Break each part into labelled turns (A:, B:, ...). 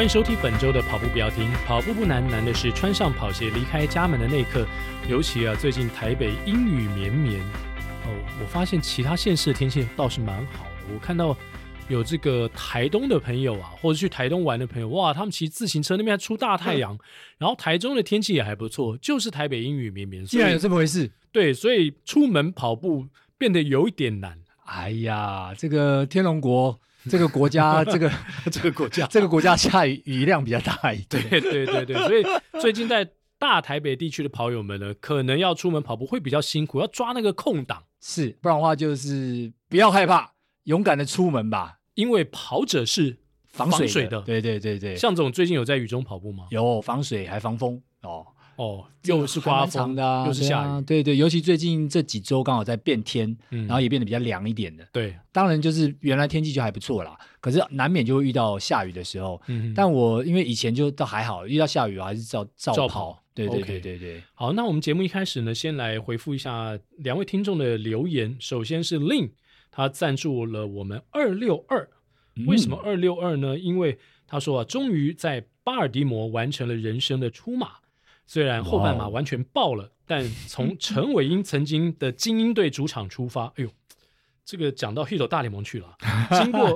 A: 欢迎收听本周的跑步不要停。跑步不难，难的是穿上跑鞋离开家门的那一刻。尤其最近台北阴雨绵绵我发现其他县市的天气倒是蛮好的。我看到有这个台东的朋友或者去台东玩的朋友，哇，他们骑自行车那边还出大太阳，然后台中的天气也还不错，就是台北阴雨绵绵。
B: 竟然有这么回事？
A: 对，所以出门跑步变得有一点难。
B: 哎呀，这个天龙国这个国家这个国家下雨量比较大一点。
A: 对，所以最近在大台北地区的跑友们呢，可能要出门跑步会比较辛苦，要抓那个空档。
B: 是，不然的话就是不要害怕，勇敢的出门吧。
A: 因为跑者是防水的。
B: 对。
A: 向总最近有在雨中跑步吗？
B: 有，防水还防风
A: 又是刮风
B: 的
A: 又是下雨。
B: 对，尤其最近这几周刚好在变天，然后也变得比较凉一点的。对，当然就是原来天气就还不错啦，可是难免就会遇到下雨的时候。但我因为以前就倒还好，遇到下雨我还是照跑。对。
A: 好，那我们节目一开始呢，先来回复一下两位听众的留言。首先是 Lin， 他赞助了我们262。为什么262呢？因为他说终于在巴尔的摩完成了人生的初马。虽然后半马完全爆了，但从陈伟英曾经的精英队主场出发，哎呦，这个讲到 Hito 大联盟去了。经过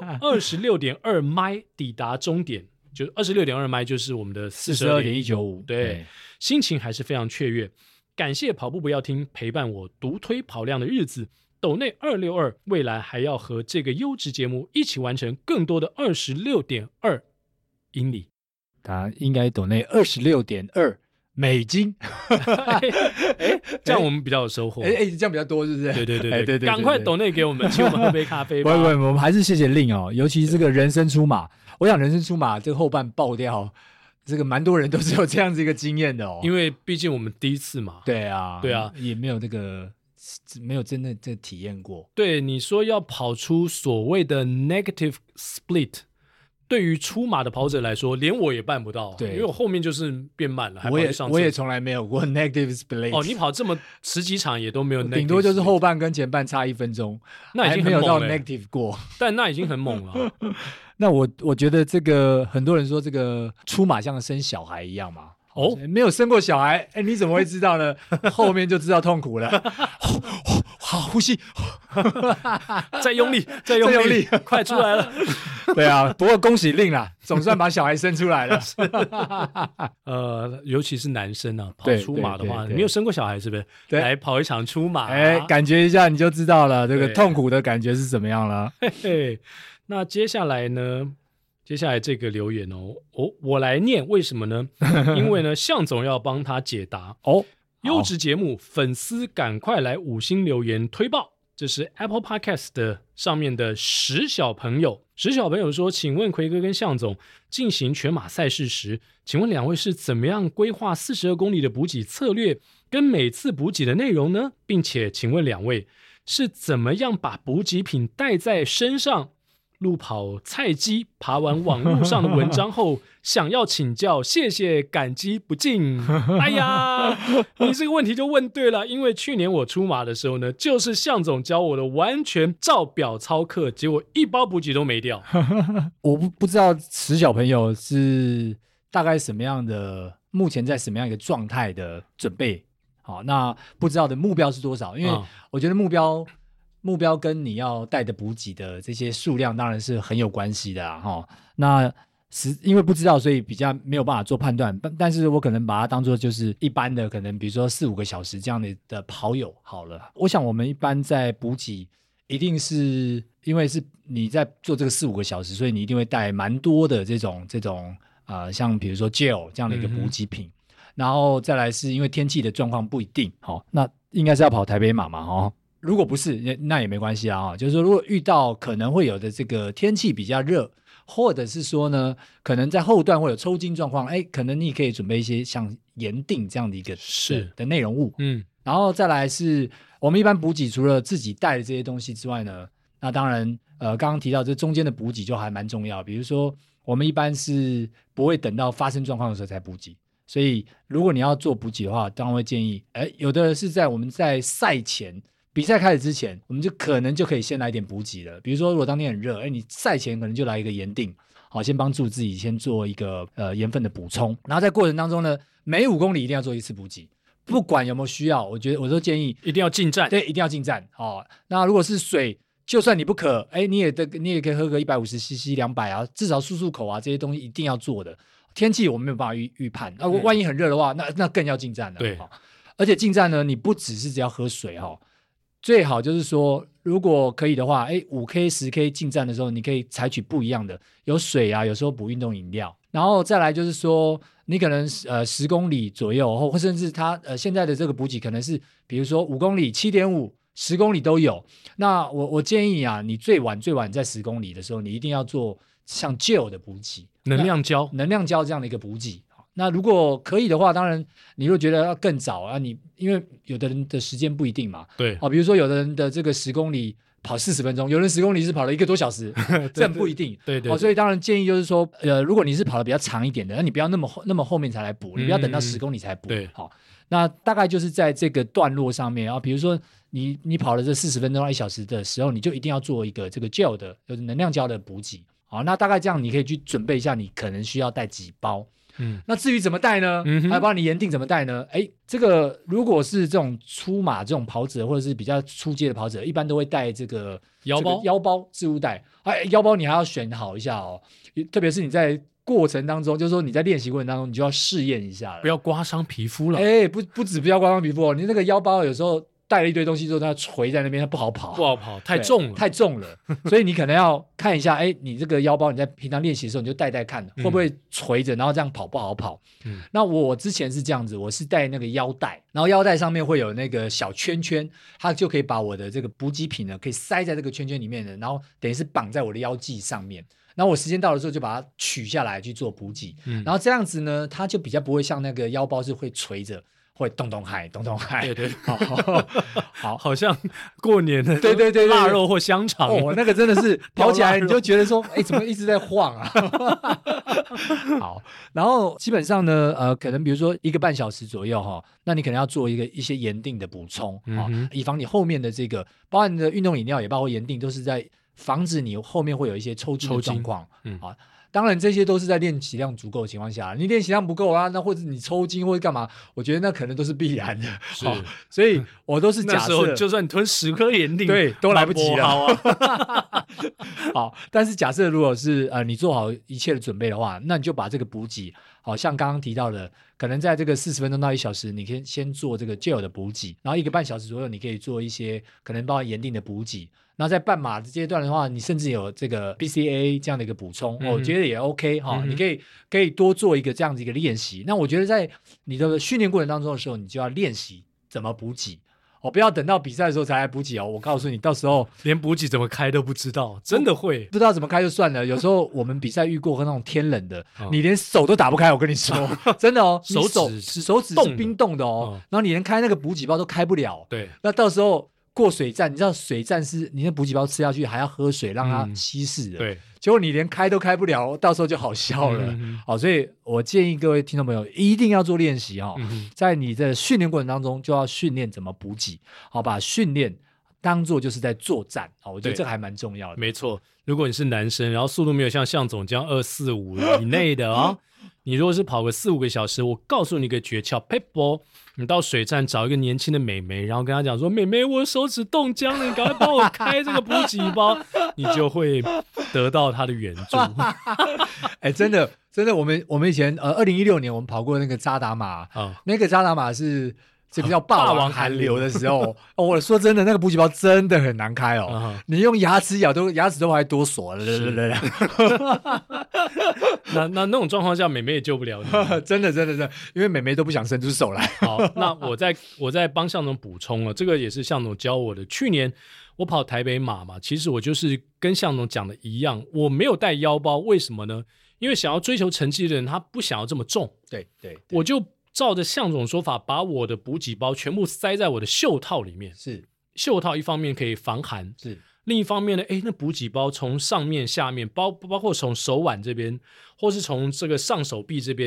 A: 26.2 迈抵达终点，就 26.2 迈就是我们的 42.195。对，心情还是非常雀跃。感谢跑步不要听陪伴我独推跑量的日子。斗内262，未来还要和这个优质节目一起完成更多的 26.2 英里。
B: 他应该斗内 26.2美金。
A: 这样我们比较有收获。
B: 这样比较多是不是？
A: 对，赶快抖内给我们，请我们喝杯咖啡吧。
B: 不，我们还是谢谢令尤其这个人生出马，我想人生出马这个后半爆掉，这个蛮多人都是有这样子一个经验的
A: 因为毕竟我们第一次嘛。
B: 对啊，也没有没有真的这体验过。
A: 对，你说要跑出所谓的 negative split，对于出马的跑者来说，连我也办不到。对，因为我后面就是变慢了，还跑去上厕所。
B: 我也从来没有过 negative split。
A: 你跑这么十几场也都没有 negative split，
B: 顶多就是后半跟前半差1分钟，
A: 那已经
B: 很猛了，还没有到 negative 过。
A: 但那已经很猛了。
B: 那我觉得这个很多人说这个出马像生小孩一样嘛。没有生过小孩，你怎么会知道呢？后面就知道痛苦了。好，呼吸。
A: 再用力，快出来了。
B: 对啊，不过恭喜令啦，总算把小孩生出来了。
A: 尤其是男生跑出马的话，你没有生过小孩是不是？
B: 对，
A: 来跑一场出马，
B: 感觉一下你就知道了，这个痛苦的感觉是怎么样了。
A: 那接下来这个留言我来念，为什么呢？因为呢，向总要帮他解答。优质节目，粉丝赶快来5星留言推爆。这是 Apple Podcast 的上面的10小朋友说，请问奎哥跟向总进行全马赛事时，请问两位是怎么样规划42公里的补给策略跟每次补给的内容呢？并且请问两位是怎么样把补给品带在身上？路跑菜鸡爬完网络上的文章后想要请教，谢谢，感激不尽。哎呀，你这个问题就问对了，因为去年我出马的时候呢，就是向总教我的，完全照表操课，结果一包补给都没掉。
B: 我不知道10小朋友是大概什么样的，目前在什么样一个状态的准备。好，那不知道的目标是多少？因为我觉得目标跟你要带的补给的这些数量当然是很有关系的那因为不知道，所以比较没有办法做判断，但是我可能把它当作就是一般的，可能比如说4-5个小时这样的跑友好了。我想我们一般在补给一定是因为是你在做这个4-5个小时，所以你一定会带蛮多的这种像比如说 gel 这样的一个补给品。然后再来是因为天气的状况不一定那应该是要跑台北马嘛如果不是那也没关系就是说如果遇到可能会有的这个天气比较热，或者是说呢可能在后段会有抽筋状况，可能你可以准备一些像盐锭这样的一个的内容物。然后再来是我们一般补给除了自己带的这些东西之外呢，那当然刚刚提到这中间的补给就还蛮重要，比如说我们一般是不会等到发生状况的时候才补给，所以如果你要做补给的话，当然会建议有的是在我们在赛前比赛开始之前，我们就可能就可以先来一点补给了。比如说如果当天很热，你赛前可能就来一个盐锭好，先帮助自己先做一个盐分的补充，然后在过程当中呢，每5公里一定要做一次补给，不管有没有需要，我觉得我都建议
A: 一定要进站，
B: 对，一定要进站。那如果是水，就算你不渴，你也可以喝个150cc 200啊，至少漱口啊，这些东西一定要做的。天气我们没有办法预判，万一很热的话，那更要进站了。
A: 对，
B: 而且进站呢，你不只是只要喝水最好就是说，如果可以的话，5K 10K 进站的时候，你可以采取不一样的，有水啊，有时候补运动饮料，然后再来就是说，你可能10公里左右，或甚至它现在的这个补给可能是，比如说5公里、7.5。10公里都有，那我建议啊，你最晚在10公里的时候，你一定要做像 gel 的补给，
A: 能量胶
B: 这样的一个补给。那如果可以的话，当然你如果觉得要更早啊，因为有的人的时间不一定嘛，
A: 对，
B: 比如说有的人的这个10公里跑40分钟，有人10公里是跑了1个多小时，这很不一定。
A: 对，
B: 所以当然建议就是说，如果你是跑得比较长一点的，那你不要那么后面才来补，你不要等到10公里才补。
A: 对，
B: 好，那大概就是在这个段落上面比如说你跑了这40分钟到1小时的时候，你就一定要做一个这个 gel 的，就是能量胶的补给。好，那大概这样你可以去准备一下，你可能需要带几包。那至于怎么带呢？还帮你研定怎么带呢？这个如果是这种出马这种跑者，或者是比较初阶的跑者，一般都会带这个腰包置物袋。腰包你还要选好一下特别是你在过程当中，就是说你在练习过程当中，你就要试验一下了，
A: 不要刮伤皮肤了。
B: 不止不要刮伤皮肤你那个腰包有时候带了一堆东西之后，它垂在那边，它不好跑，太重了，所以你可能要看一下，你这个腰包你在平常练习的时候，你就带看，会不会垂着，然后这样跑不好跑。那我之前是这样子，我是带那个腰带，然后腰带上面会有那个小圈圈，它就可以把我的这个补给品呢，可以塞在这个圈圈里面的，然后等于是绑在我的腰际上面。然后我时间到的时候就把它取下来去做补给，然后这样子呢，它就比较不会像那个腰包是会垂着。会咚咚嗨，
A: 对，
B: 好
A: 像过年的
B: 对
A: 腊肉或香肠
B: 那个真的是跑起来你就觉得说，怎么一直在晃啊？好，然后基本上呢，可能比如说1个半小时左右那你可能要做一些盐定的补充以防你后面的这个，包含你的运动饮料也包括盐定，都是在防止你后面会有一些抽筋的状况当然这些都是在练习量足够的情况下，你练习量不够那或者你抽筋或者干嘛，我觉得那可能都是必然的。所以我都是假设，
A: 那时候就算你吞10颗盐定，
B: 对，都来不及了。好，但是假设如果是你做好一切的准备的话，那你就把这个补给，好像刚刚提到的，可能在这个40分钟到1小时，你可以先做这个 gel 的补给，然后1个半小时左右，你可以做一些可能包括盐定的补给。那在半马阶段的话，你甚至有这个 BCAA 这样的一个补充，我觉得也 OK 你可以多做一个这样子一个练习。那我觉得在你的训练过程当中的时候，你就要练习怎么补给不要等到比赛的时候才来补给我告诉你，到时候
A: 连补给怎么开都不知道，真的会
B: 不知道怎么开就算了。有时候我们比赛遇过那种天冷的，你连手都打不开，我跟你说，真的手指是冰冻的然后你连开那个补给包都开不了。
A: 对，
B: 那到时候过水站，你知道水站是你那补给包吃下去还要喝水让它稀释的，
A: 对，
B: 结果你连开都开不了，到时候就好笑了。所以我建议各位听众朋友一定要做练习在你的训练过程当中就要训练怎么补给把训练当做就是在作战我觉得这还蛮重要的。
A: 没错，如果你是男生，然后速度没有像向总这样245以内的你如果是跑个4-5个小时，我告诉你一个诀窍 Pitbull， 你到水站找一个年轻的妹妹，然后跟她讲说，妹妹我手指冻僵了，你赶快帮我开这个补给包，你就会得到她的援助。
B: 真的我们以前2016年我们跑过那个扎达马那个扎达马是这个叫霸王寒流的时候我说真的那个补给包真的很难开你用牙齿咬牙齿都还多锁了
A: 那种状况下妹妹也救不了你
B: 真的因为妹妹都不想伸出手来。
A: 好，那我再帮向总补充了，这个也是向总教我的。去年我跑台北马嘛，其实我就是跟向总讲的一样，我没有带腰包，为什么呢？因为想要追求成绩的人他不想要这么重，
B: 对，
A: 我就照着向总说法，把我的补给包全部塞在我的袖套里面。
B: 是，
A: 袖套一方面可以防寒，
B: 是，
A: 另一方面呢，那补给包从上面下面包括从手腕这边或是从这个上手臂这边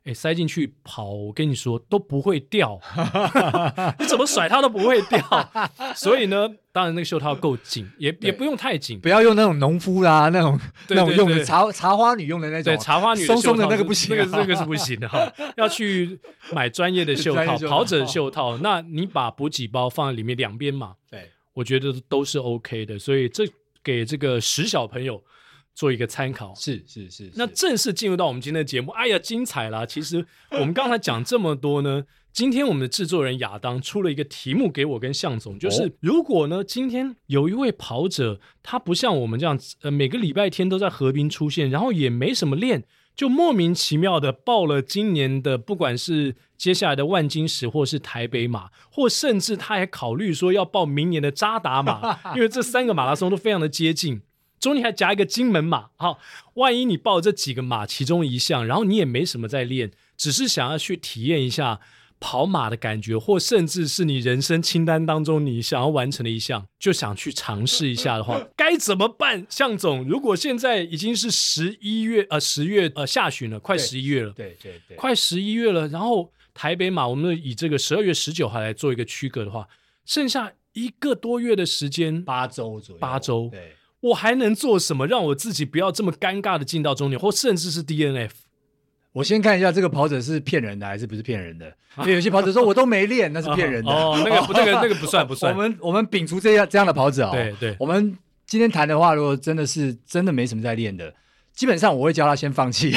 A: 塞进去跑，我跟你说都不会掉，你怎么甩它都不会掉。所以呢，当然那个袖套要够紧，也不用太紧，
B: 不要用那种农夫啦，那种用的茶花女用的那种，
A: 对，茶花女
B: 松松的那个不行，
A: 那个是不行的哈，要去买专业的袖套，跑者袖套。那你把补给包放在里面两边嘛，
B: 对，
A: 我觉得都是 OK 的，所以这给这个10小朋友做一个参考。
B: 是。
A: 那正式进入到我们今天的节目，哎呀，精彩啦！其实我们刚才讲这么多呢，今天我们的制作人亚当出了一个题目给我跟向总，就是如果呢，今天有一位跑者，他不像我们这样每个礼拜天都在河滨出现，然后也没什么练，就莫名其妙的报了今年的不管是接下来的万金石或是台北马，或甚至他还考虑说要报明年的渣打马，因为这3个马拉松都非常的接近，中间还夹一个金门马。好，万一你报这几个马其中一项，然后你也没什么在练，只是想要去体验一下跑马的感觉，或甚至是你人生清单当中你想要完成的一项，就想去尝试一下的话，该怎么办？向总，如果现在已经是10月下旬了，快11月了，
B: 对，
A: 快11月了，然后台北马我们以这个12月19号来做一个区隔的话，剩下1个多月的时间
B: ，8周左右
A: ，8周，
B: 对，
A: 我还能做什么让我自己不要这么尴尬的进到终点，或甚至是 DNF？
B: 我先看一下这个跑者是骗人的还是不是骗人的，因为有些跑者说我都没练，那是骗人的。
A: 那个不算。
B: 我们摒除这样的跑者
A: 对，
B: 我们今天谈的话，如果真的没什么在练的，基本上我会教他先放弃。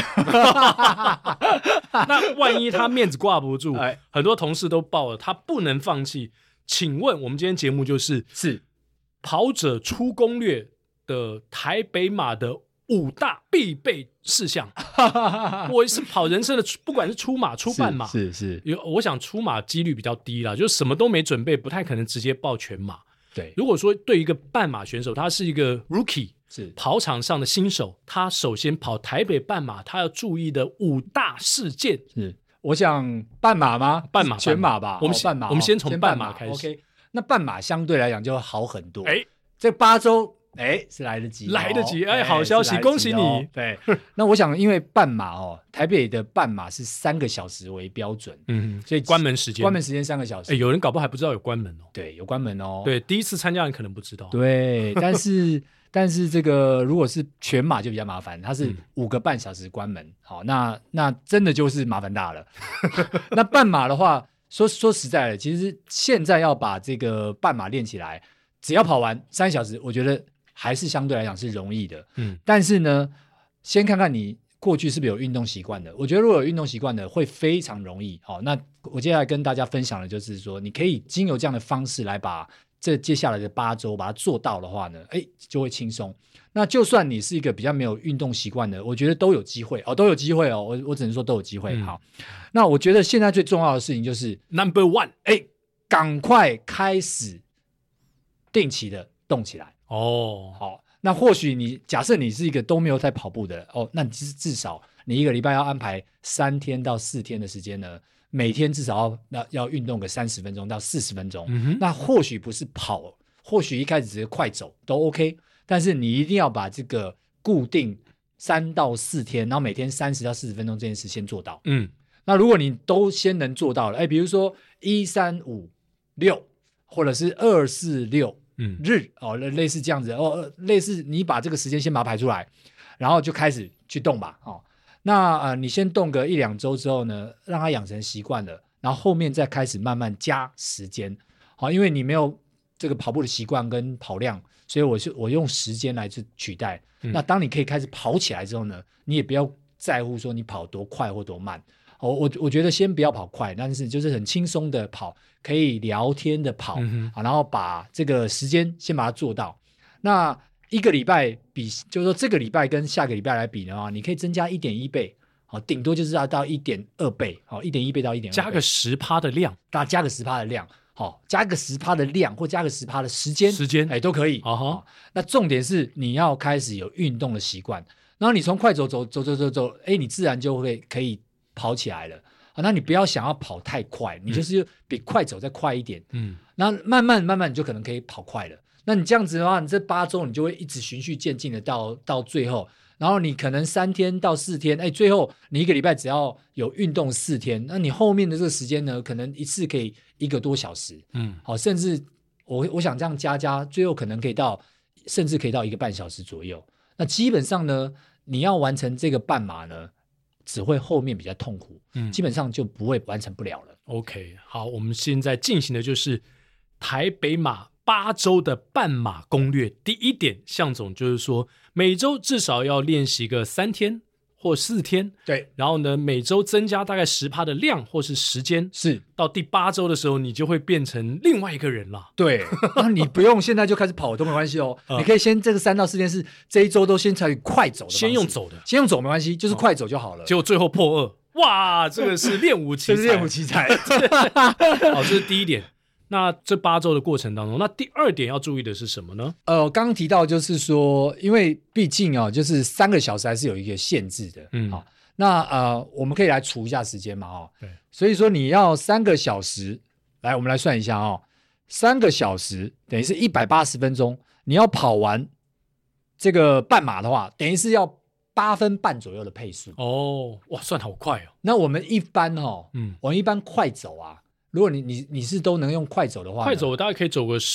A: 那万一他面子挂不住，很多同事都报了，他不能放弃。请问我们今天节目就是跑者出攻略的台北马的5大必备事项。我是跑人生的，不管是出马出半马，
B: 是，
A: 我想出马几率比较低啦，就什么都没准备，不太可能直接报全马。
B: 对，
A: 如果说对一个半马选手，他是一个 rookie，
B: 是
A: 跑场上的新手，他首先跑台北半马，他要注意的5大事件
B: 是。我想半马吗？
A: 半马
B: 全马吧。
A: 我们先从半马开始。
B: OK， 那半马相对来讲就好很多。
A: 这
B: 8周是来得及，
A: 好消息，恭喜你。
B: 对，那我想因为半马台北的半马是3个小时为标准，所以关门时间3个小时。
A: 有人搞不好还不知道有关门哦。
B: 对，有关门哦。
A: 对，第一次参加人可能不知道。
B: 对，但是这个如果是全马就比较麻烦，它是5个半小时关门。好，那真的就是麻烦大了。那半马的话，说实在的，其实现在要把这个半马练起来，只要跑完3小时，我觉得还是相对来讲是容易的。但是呢，先看看你过去是不是有运动习惯的。我觉得如果有运动习惯的，会非常容易。好，那我接下来跟大家分享的就是说，你可以经由这样的方式来把这接下来的8周把它做到的话呢，就会轻松。那就算你是一个比较没有运动习惯的，我觉得都有机会。我只能说都有机会。好，那我觉得现在最重要的事情就是
A: Number one，
B: 赶快开始定期的动起来。好，那或许假设你是一个都没有在跑步的那你至少你1个礼拜要安排3天到4天的时间呢，每天至少要运动个30分钟到40分钟。那或许不是跑，或许一开始只是快走都 OK， 但是你一定要把这个固定3到4天，然后每天30到40分钟这件事先做到。那如果你都先能做到了，比如说1、3、5、6，或者是2、4、6日类似这样子类似你把这个时间先把它排出来，然后就开始去动吧。那你先动个1-2周之后呢，让它养成习惯了，然后后面再开始慢慢加时间。因为你没有这个跑步的习惯跟跑量，所以我用时间来去取代。那当你可以开始跑起来之后呢，你也不要在乎说你跑多快或多慢。我觉得先不要跑快，但是就是很轻松的跑，可以聊天的跑，然后把这个时间先把它做到。那1个礼拜就是说这个礼拜跟下个礼拜来比的话，你可以增加 1.1 倍，顶多就是要到 1.2 倍，1.1 倍到 1.2 倍，
A: 加个 10% 的量，
B: 大家加个 10% 的量，加个 10% 的量或加个 10% 的时间都可以。那重点是你要开始有运动的习惯，然后你从快走，你自然就会可以跑起来了。那你不要想要跑太快，你就是比快走再快一点，然后慢慢你就可能可以跑快了。那你这样子的话，你这8周你就会一直循序渐进的到最后， 然后你可能3天到4天，哎，最后你1个礼拜只要有运动4天，那你后面的这个时间呢，可能一次可以1个多小时，好，甚至我想这样加，最后可能可以甚至可以到1个半小时左右。那基本上呢，你要完成这个半马呢，只会后面比较痛苦，基本上就不会完成不了了。
A: OK， 好，我们现在进行的就是台北马8周的半马攻略。第一点，向总就是说，每周至少要练习个3天或4天，
B: 对，
A: 然后呢，每周增加大概10%的量或是时间，
B: 是
A: 到第8周的时候，你就会变成另外一个人了。
B: 对，那你不用现在就开始跑都没关系哦，你可以先这个3到4天是这一周都先采取快走的方式，
A: 先用走的，
B: 先用走没关系，就是快走就好了。
A: 结果最后破2，哇，这个是练武奇才，
B: 这是练武奇才。
A: 好，这是第一点。那这8周的过程当中，那第2点要注意的是什么呢？
B: 刚刚提到就是说，因为毕竟就是3个小时还是有一个限制的，好，那我们可以来除一下时间嘛，对，所以说你要3个小时，来我们来算一下3个小时等于是180分钟，你要跑完这个半马的话，等于是要8分半左右的配速
A: 哦，哇，算好快哦。
B: 那我们一般我们一般快走啊，如果你是都能用快走的话，
A: 快走我大概可以走个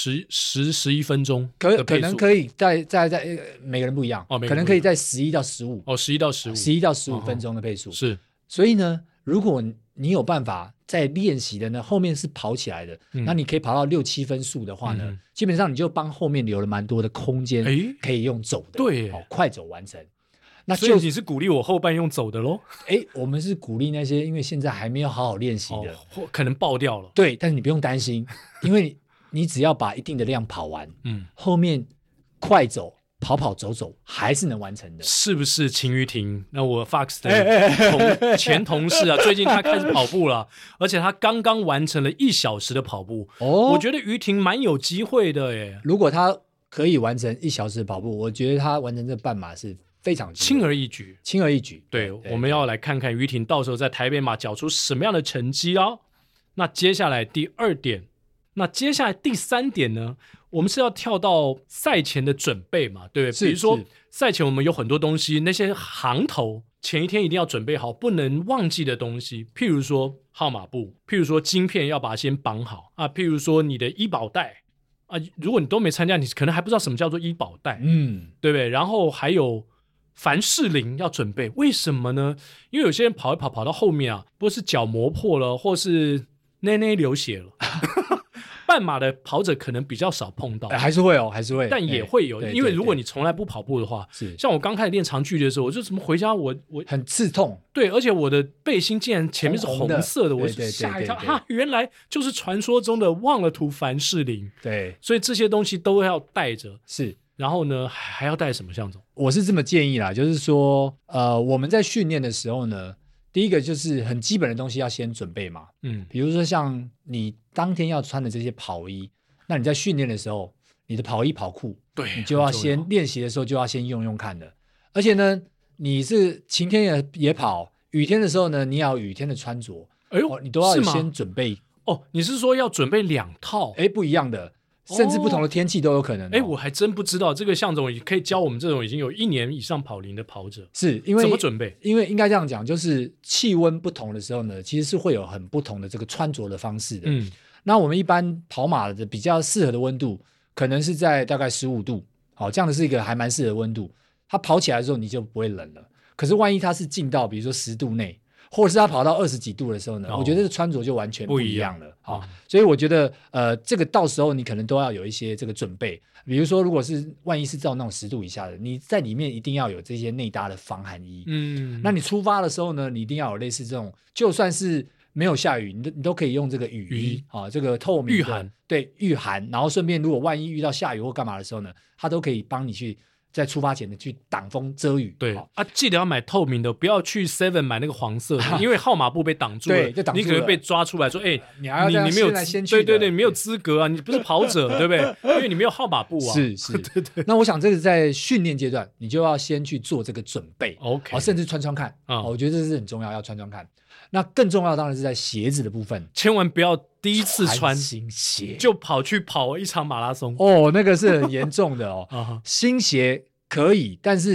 A: 11分钟，
B: 可能可以在每个人不一样，可能可以在11到15
A: 11到15
B: 分钟的配速，
A: 是。
B: 所以呢，如果你有办法在练习的呢后面是跑起来的，那你可以跑到6、7分速的话呢，基本上你就帮后面留了蛮多的空间，可以用走的，
A: 对，
B: 快走完成。
A: 那所以你是鼓励我后半用走的咯？
B: 我们是鼓励那些因为现在还没有好好练习的，
A: 可能爆掉了。
B: 对，但是你不用担心，因为你只要把一定的量跑完，后面快走跑走还是能完成的，
A: 是不是？秦于婷，那我 Fox 的前同事啊，最近他开始跑步了，而且他刚刚完成了1小时的跑步。我觉得于婷蛮有机会的耶。
B: 如果他可以完成1小时的跑步，我觉得他完成这半马是非常
A: 轻而易举。对，我们要来看看于婷到时候在台北马缴出什么样的成绩哦。那接下来第2点，那接下来第3点呢？我们是要跳到赛前的准备嘛，对不对？比如说赛前我们有很多东西，那些行头前一天一定要准备好，不能忘记的东西，譬如说号码布，譬如说晶片要把它先绑好啊，譬如说你的医保袋啊，如果你都没参加，你可能还不知道什么叫做医保袋，对不对？然后还有凡士林要准备，为什么呢？因为有些人跑一跑到后面啊，不是脚磨破了，或是内流血了。半马的跑者可能比较少碰到，
B: 还是会，
A: 但也会有，因为如果你从来不跑步的话，像我刚开始练长距离的时候，我就怎么回家我
B: 很刺痛，
A: 对，而且我的背心竟然前面是红色的，我吓一跳啊，原来就是传说中的忘了涂凡士林，
B: 对，
A: 所以这些东西都要带着，
B: 是，
A: 然后呢还要带什么？向总，
B: 我是这么建议啦，就是说我们在训练的时候呢，第一个就是很基本的东西要先准备嘛，比如说像你当天要穿的这些跑衣，那你在训练的时候，你的跑衣跑裤，
A: 对，
B: 你就要先练习的时候就要先用看的。而且呢，你是晴天也跑，雨天的时候呢，你要有雨天的穿着，你都要先准备。
A: 你是说要准备2套？
B: 不一样的。甚至不同的天气都有可能。
A: 我还真不知道，这个向总可以教我们这种已经有1年以上跑龄的跑者，
B: 是因为
A: 怎么准备？
B: 因为应该这样讲，就是气温不同的时候呢，其实是会有很不同的这个穿着的方式的。那我们一般跑马的比较适合的温度，可能是在大概15度，这样的是一个还蛮适合的温度。它跑起来的时候你就不会冷了。可是万一它是进到比如说10度内，或者是它跑到20几度的时候呢，我觉得这穿着就完全不一样了。所以我觉得这个到时候你可能都要有一些这个准备。比如说如果是万一是到那种10度以下的，你在里面一定要有这些内搭的防寒衣。那你出发的时候呢，你一定要有类似这种，就算是没有下雨，你都可以用这个雨衣这个透明的
A: 御寒，
B: 对，御寒。然后顺便如果万一遇到下雨或干嘛的时候呢，它都可以帮你去在出发前的去挡风遮雨。
A: 对记得要买透明的，不要去 Seven 买那个黄色的，因为号码布被挡住了，
B: 对，就挡住了，
A: 你可能被抓出来说，
B: 你还要
A: 你没有
B: 先去，
A: 对，你没有资格啊，你不是跑者，对不对？因为你没有号码布啊。
B: 是，对。那我想这个在训练阶段，你就要先去做这个准备
A: ，OK，
B: 甚至穿看，我觉得这是很重要，要穿看。那更重要当然是在鞋子的部分，
A: 千万不要第一次穿
B: 新鞋
A: 就跑一场马拉松
B: 那个是很严重的新鞋可以，但是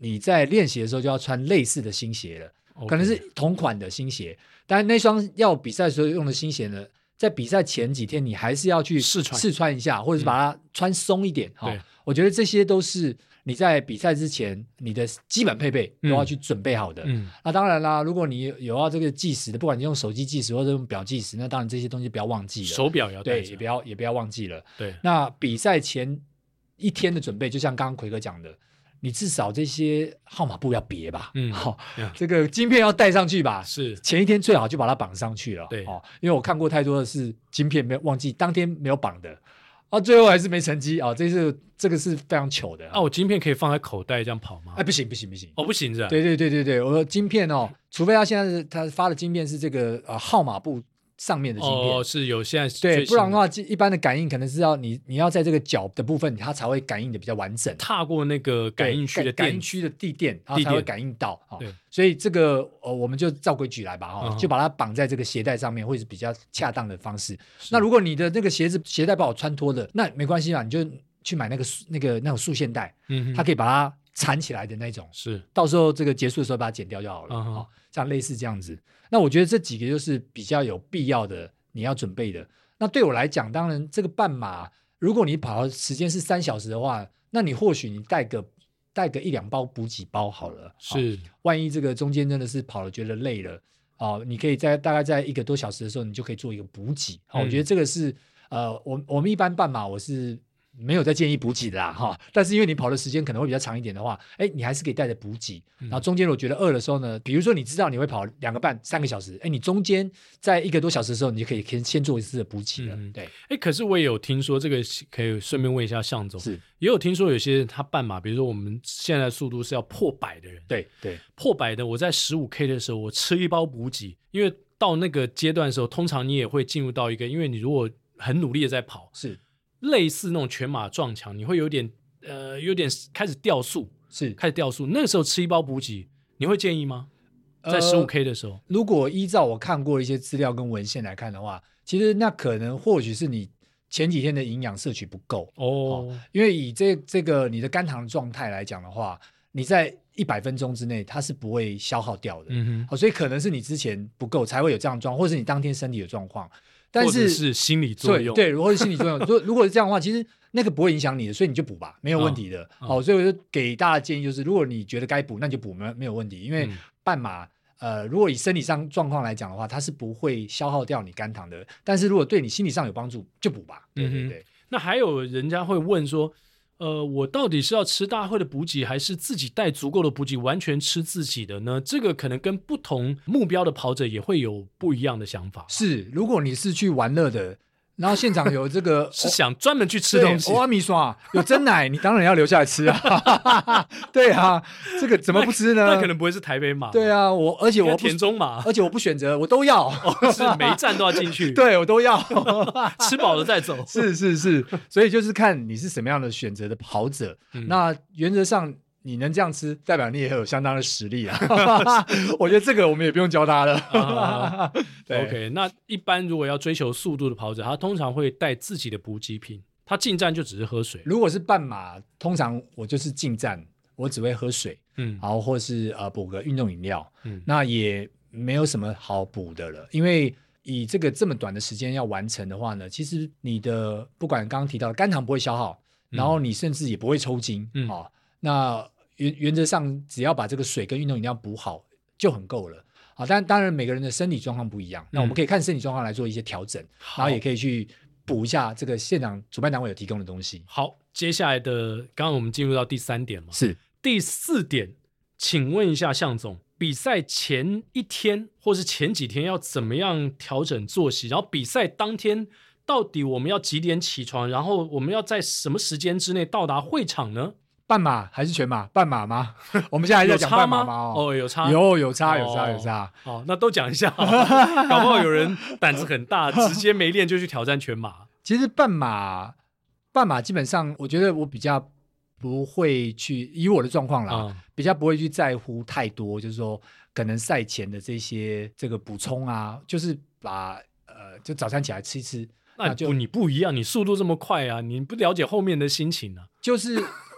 B: 你在练习的时候就要穿类似的新鞋了，
A: OK
B: 可能是同款的新鞋，但那双要比赛的时候用的新鞋呢，在比赛前几天你还是要去试穿一下，或者是把它穿松一点。
A: 对，
B: 我觉得这些都是你在比赛之前你的基本配备都要去准备好的。那当然啦，如果你有要这个计时的，不管你用手机计时或者用表计时，那当然这些东西不要忘记了，
A: 手表也要带
B: 对，也不要忘记了。
A: 对，
B: 那比赛前一天的准备，就像刚刚奎哥讲的，你至少这些号码布要别吧，这个晶片要带上去吧，
A: 是
B: 前一天最好就把它绑上去了，
A: 对，
B: 因为我看过太多的是晶片没有忘记当天没有绑的，最后还是没成绩啊，这个是非常糗的
A: 我晶片可以放在口袋这样跑吗？
B: 不行，不行是吧？对，我的晶片除非他现在他发的晶片是这个号码布上面的晶片，
A: 是有现在
B: 对，不然的话，一般的感应可能是要你要在这个脚的部分，它才会感应的比较完整，
A: 踏过那个感应区的
B: 感应区的地垫，然后才会感应到。
A: 对，
B: 所以这个我们就照规矩来吧，就把它绑在这个鞋带上面，会是比较恰当的方式。那如果你的那个鞋带不好穿脱的，那没关系啦，你就去买那种束线带，它可以把它缠起来的那种，
A: 是
B: 到时候这个结束的时候把它剪掉就好了。像类似这样子。那我觉得这几个就是比较有必要的你要准备的。那对我来讲，当然这个半马如果你跑的时间是3小时的话，那你或许你带个1-2包补给包好了，
A: 是
B: 万一这个中间真的是跑了觉得累了你可以大概在1个多小时的时候，你就可以做一个补给。我觉得这个是我们一般半马我是没有在建议补给的啦但是因为你跑的时间可能会比较长一点的话，你还是可以带着补给。然后中间我觉得饿的时候呢，比如说你知道你会跑2个半3个小时，你中间在1个多小时的时候，你就可以先做一次的补给了。对，
A: 可是我也有听说这个，可以顺便问一下向总，
B: 是
A: 也有听说有些人他半马，比如说我们现在的速度是要破100的人，
B: 对，
A: 破100的，我在15K 的时候，我吃一包补给，因为到那个阶段的时候，通常你也会进入到一个，因为你如果很努力的在跑，
B: 是
A: 类似那种全马撞墙，你会有点开始掉速，那个时候吃一包补给，你会建议吗？在15K 的时候，
B: 如果依照我看过一些资料跟文献来看的话，其实那可能或许是你前几天的营养摄取不够因为以这个你的肝糖状态来讲的话，你在100分钟之内它是不会消耗掉的，所以可能是你之前不够才会有这样的状况，或是你当天身体的状况。但是
A: 或者是心理作用，
B: 对，或者心理作用。如果是这样的话，其实那个不会影响你的，所以你就补吧，没有问题的。所以我就给大家建议就是，如果你觉得该补，那你就补，没有问题。因为半马，如果以生理上状况来讲的话，它是不会消耗掉你肝糖的。但是如果对你心理上有帮助，就补吧。对。
A: 那还有人家会问说，我到底是要吃大会的补给，还是自己带足够的补给，完全吃自己的呢？这个可能跟不同目标的跑者也会有不一样的想法。
B: 是，如果你是去玩乐的，然后现场有这个
A: 是想专门去吃东西，
B: 欧米刷有珍奶，你当然要留下来吃啊。对啊，这个怎么不吃呢？
A: 那可能不会是台北马。
B: 对啊，而且我
A: 田中马，
B: 而且我不选择，我都要，
A: 是每一站都要进去。
B: 对，我都要，
A: 吃饱了再走。
B: 是，所以就是看你是什么样的选择的跑者。那原则上你能这样吃，代表你也有相当的实力啊。我觉得这个我们也不用教他了。
A: OK， 那一般如果要追求速度的跑者，他通常会带自己的补给品，他进站就只是喝水。
B: 如果是半马，通常我就是进站，我只会喝水，然后或是补个运动饮料，那也没有什么好补的了，因为以这么短的时间要完成的话呢，其实你的不管刚刚提到的肝糖不会消耗，然后你甚至也不会抽筋那原则上只要把这个水跟运动饮料补好就很够了但当然每个人的身体状况不一样，那我们可以看身体状况来做一些调整，然后也可以去补一下这个现场主办单位有提供的东西。
A: 好，接下来的刚刚我们进入到第3点嘛，
B: 是
A: 第4点，请问一下向总，比赛前一天或是前几天要怎么样调整作息，然后比赛当天到底我们要几点起床，然后我们要在什么时间之内到达会场呢？
B: 半马还是全马？半马吗？我们现在还在讲半马吗？
A: 有差，
B: 有差。
A: 那都讲一下，搞不好有人胆子很大，直接没练就去挑战全马。
B: 其实半马基本上，我觉得我比较不会去，以我的状况啦，比较不会去在乎太多，就是说可能赛前的这个补充啊，就是把就早餐起来吃一吃。
A: 那就你不一样，你速度这么快啊，你不了解后面的心情啊。
B: 就是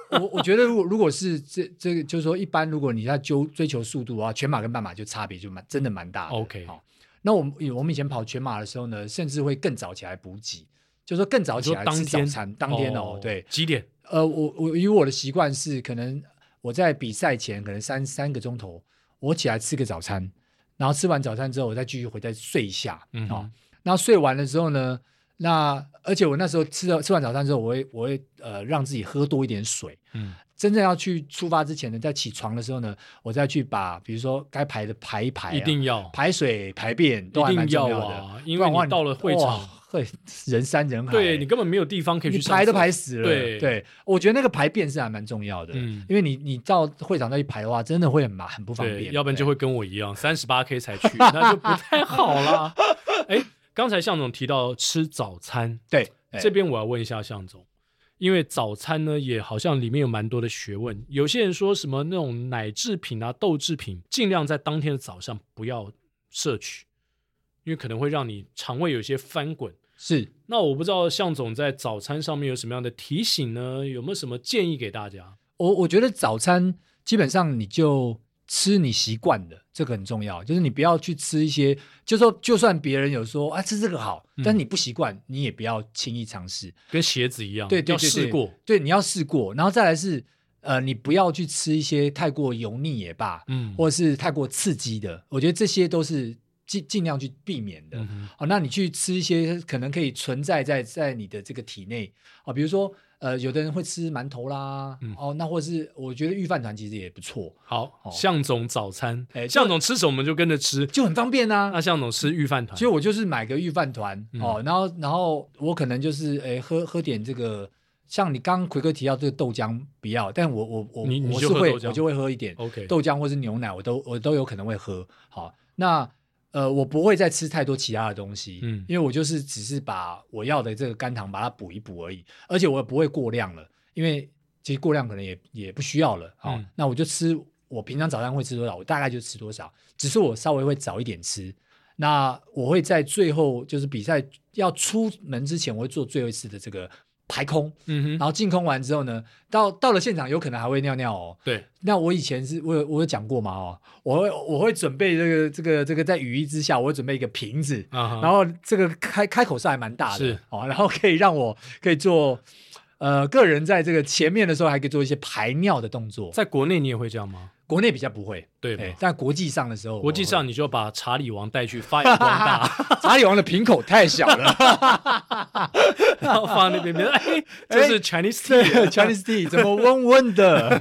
B: 我觉得如果是这个，就是说一般如果你在追求速度的话，全马跟半马就差别就真的蛮大的。
A: OK，
B: 好，那我们以前跑全马的时候呢，甚至会更早起来补给，就是说更早起来吃早餐，当天对，
A: 几点？
B: 我以我的习惯是，可能我在比赛前可能三个钟头，我起来吃个早餐，然后吃完早餐之后，我再继续再睡一下，然后睡完的时候呢，而且我那时候吃完早餐之后，我会让自己喝多一点水，真正要去出发之前呢，在起床的时候呢，我再去把比如说该排的排一排，
A: 一定要
B: 排水排便都还蛮重要的，
A: 因为你到了会场。
B: 会人山人海，
A: 对你根本没有地方可以去上厕所，
B: 你排都排死了。
A: 对，
B: 我觉得那个排便是还蛮重要的，因为你到会场再去排的话，真的会很不方便，
A: 要不然就会跟我一样38K 才去，那就不太好啦。刚才向总提到吃早餐，
B: 对，
A: 这边我要问一下向总，因为早餐呢也好像里面有蛮多的学问，有些人说什么那种奶制品啊、豆制品，尽量在当天的早上不要摄取，因为可能会让你肠胃有些翻滚。
B: 是，
A: 那我不知道向总在早餐上面有什么样的提醒呢？有没有什么建议给大家？
B: 我觉得早餐基本上你就吃你习惯的，这个很重要。就是你不要去吃一些，就算别人有说吃这个好，但是你不习惯，你也不要轻易尝试。
A: 跟鞋子一样，
B: 对，
A: 要试过。
B: 对，你要试过，然后再来是你不要去吃一些太过油腻也罢，或者是太过刺激的。我觉得这些都是尽量去避免的。那你去吃一些可能可以存在在你的这个体内比如说有的人会吃馒头啦，那或者是我觉得御饭团其实也不错。
A: 好，向总早餐，向总吃什么我们就跟着吃，
B: 就很方便啊。
A: 那向总吃御饭团，
B: 所以我就是买个御饭团然后我可能就是喝点这个。像你刚刚奎哥提到这个豆浆不要，但我就会喝一点豆浆或是牛奶，我都有可能会喝。好，那我不会再吃太多其他的东西，因为我就是只是把我要的这个甘糖把它补一补而已，而且我也不会过量了，因为其实过量可能也不需要了。那我就吃我平常早上会吃多少，我大概就吃多少，只是我稍微会早一点吃。那我会在最后就是比赛要出门之前，我会做最后一次的这个排空，然后净空完之后呢，到了现场有可能还会尿尿
A: 对，
B: 那我以前是我有讲过嘛我会准备这个在雨衣之下，我会准备一个瓶子，然后这个开口是还蛮大的，
A: 是
B: 然后可以让我可以做个人在这个前面的时候还可以做一些排尿的动作。
A: 在国内你也会这样吗？
B: 国内比较不会，
A: 对，
B: 但国际上的时候，
A: 国际上你就把查理王带去发扬光大。
B: 查理王的瓶口太小了，
A: 然后放那边，这是 Chinese tea，Chinese
B: tea 怎么温温的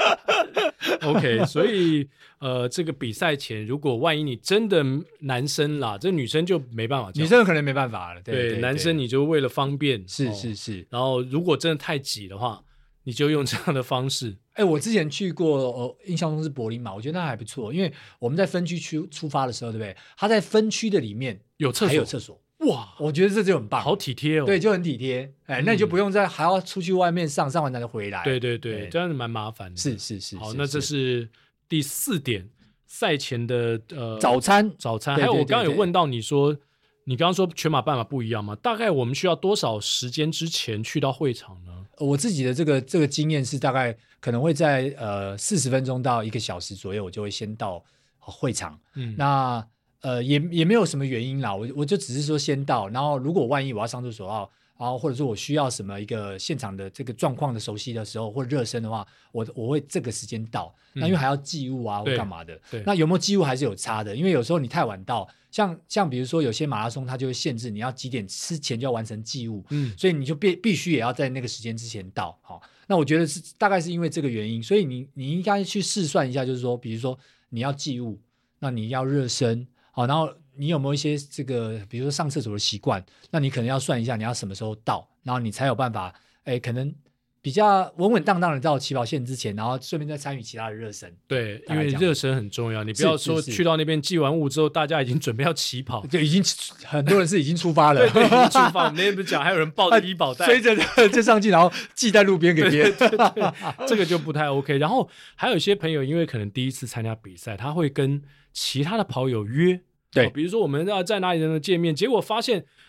A: ？OK， 所以这个比赛前，如果万一你真的男生啦，这女生就没办法，
B: 女生可能没办法了。对，
A: 男生你就为了方便，
B: 是。
A: 然后如果真的太挤的话，你就用这样的方式。
B: 我之前去过，印象中是柏林嘛，我觉得那还不错，因为我们在分区出发的时候，对不对？他在分区的里面还有厕所，哇，我觉得这就很棒，
A: 好体贴哦。
B: 对，就很体贴。那你就不用还要出去外面上完才回来。
A: 对，这样子蛮麻烦的。
B: 是。
A: 好，那这是第4点，赛前的
B: 早餐。
A: 还有我刚刚有问到你说，你刚刚说全马半马不一样吗？大概我们需要多少时间之前去到会场呢？
B: 我自己的这个经验是大概可能会在40分钟到1个小时左右，我就会先到会场。那也没有什么原因啦，我就只是说先到，然后如果万一我要上厕所然后或者说我需要什么一个现场的这个状况的熟悉的时候或热身的话，我会这个时间到。那因为还要寄物或干嘛的，那有没有寄物还是有差的，因为有时候你太晚到，像比如说有些马拉松它就会限制你要几点之前就要完成寄物，所以你就必须也要在那个时间之前到。那我觉得大概是因为这个原因，所以你应该去试算一下，就是说比如说你要寄物，那你要热身，然后你有没有一些这个比如说上厕所的习惯，那你可能要算一下你要什么时候到，然后你才有办法可能比较稳稳当当的到起跑线之前，然后顺便再参与其他的热身。
A: 对，因为热身很重要，你不要说去到那边寄完物之后大家已经准备要起跑，
B: 就已经很多人是已经出发了。
A: 对，已经出发。我们那天不是讲还有人抱着医保袋
B: 追着就上去，然后系在路边给别人。
A: 对，这个就不太 OK。然后还有一些朋友因为可能第一次参加比赛，他会跟其他的跑友约，对，比如说我们要在哪里能见面，结果发现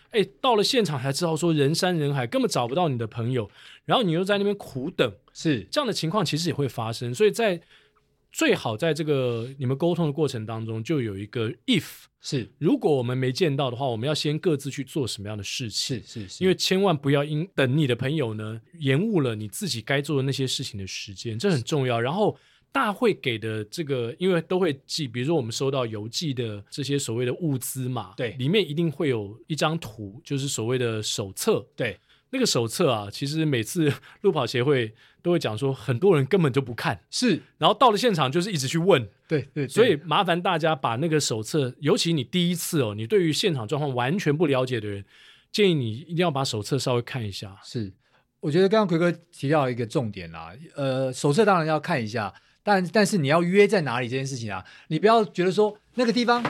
A: 到了现场才知道说人山人海，根本找不到你的朋友，然后你又在那边苦等，
B: 是
A: 这样的情况其实也会发生。所以最好在这个你们沟通的过程当中就有一个 if，
B: 是
A: 如果我们没见到的话，我们要先各自去做什么样的事情，
B: 是，
A: 因为千万不要等你的朋友呢延误了你自己该做的那些事情的时间，这很重要。然后大会给的这个，因为都会寄，比如说我们收到邮寄的这些所谓的物资嘛，
B: 对，
A: 里面一定会有一张图，就是所谓的手册，
B: 对。
A: 那个手册啊，其实每次路跑协会都会讲说，很多人根本就不看，
B: 是，
A: 然后到了现场就是一直去问，
B: 对，
A: 所以麻烦大家把那个手册，尤其你第一次你对于现场状况完全不了解的人，建议你一定要把手册稍微看一下。
B: 是，我觉得刚刚奎哥提到一个重点啦，手册当然要看一下，但是你要约在哪里这件事情啊，你不要觉得说那个地方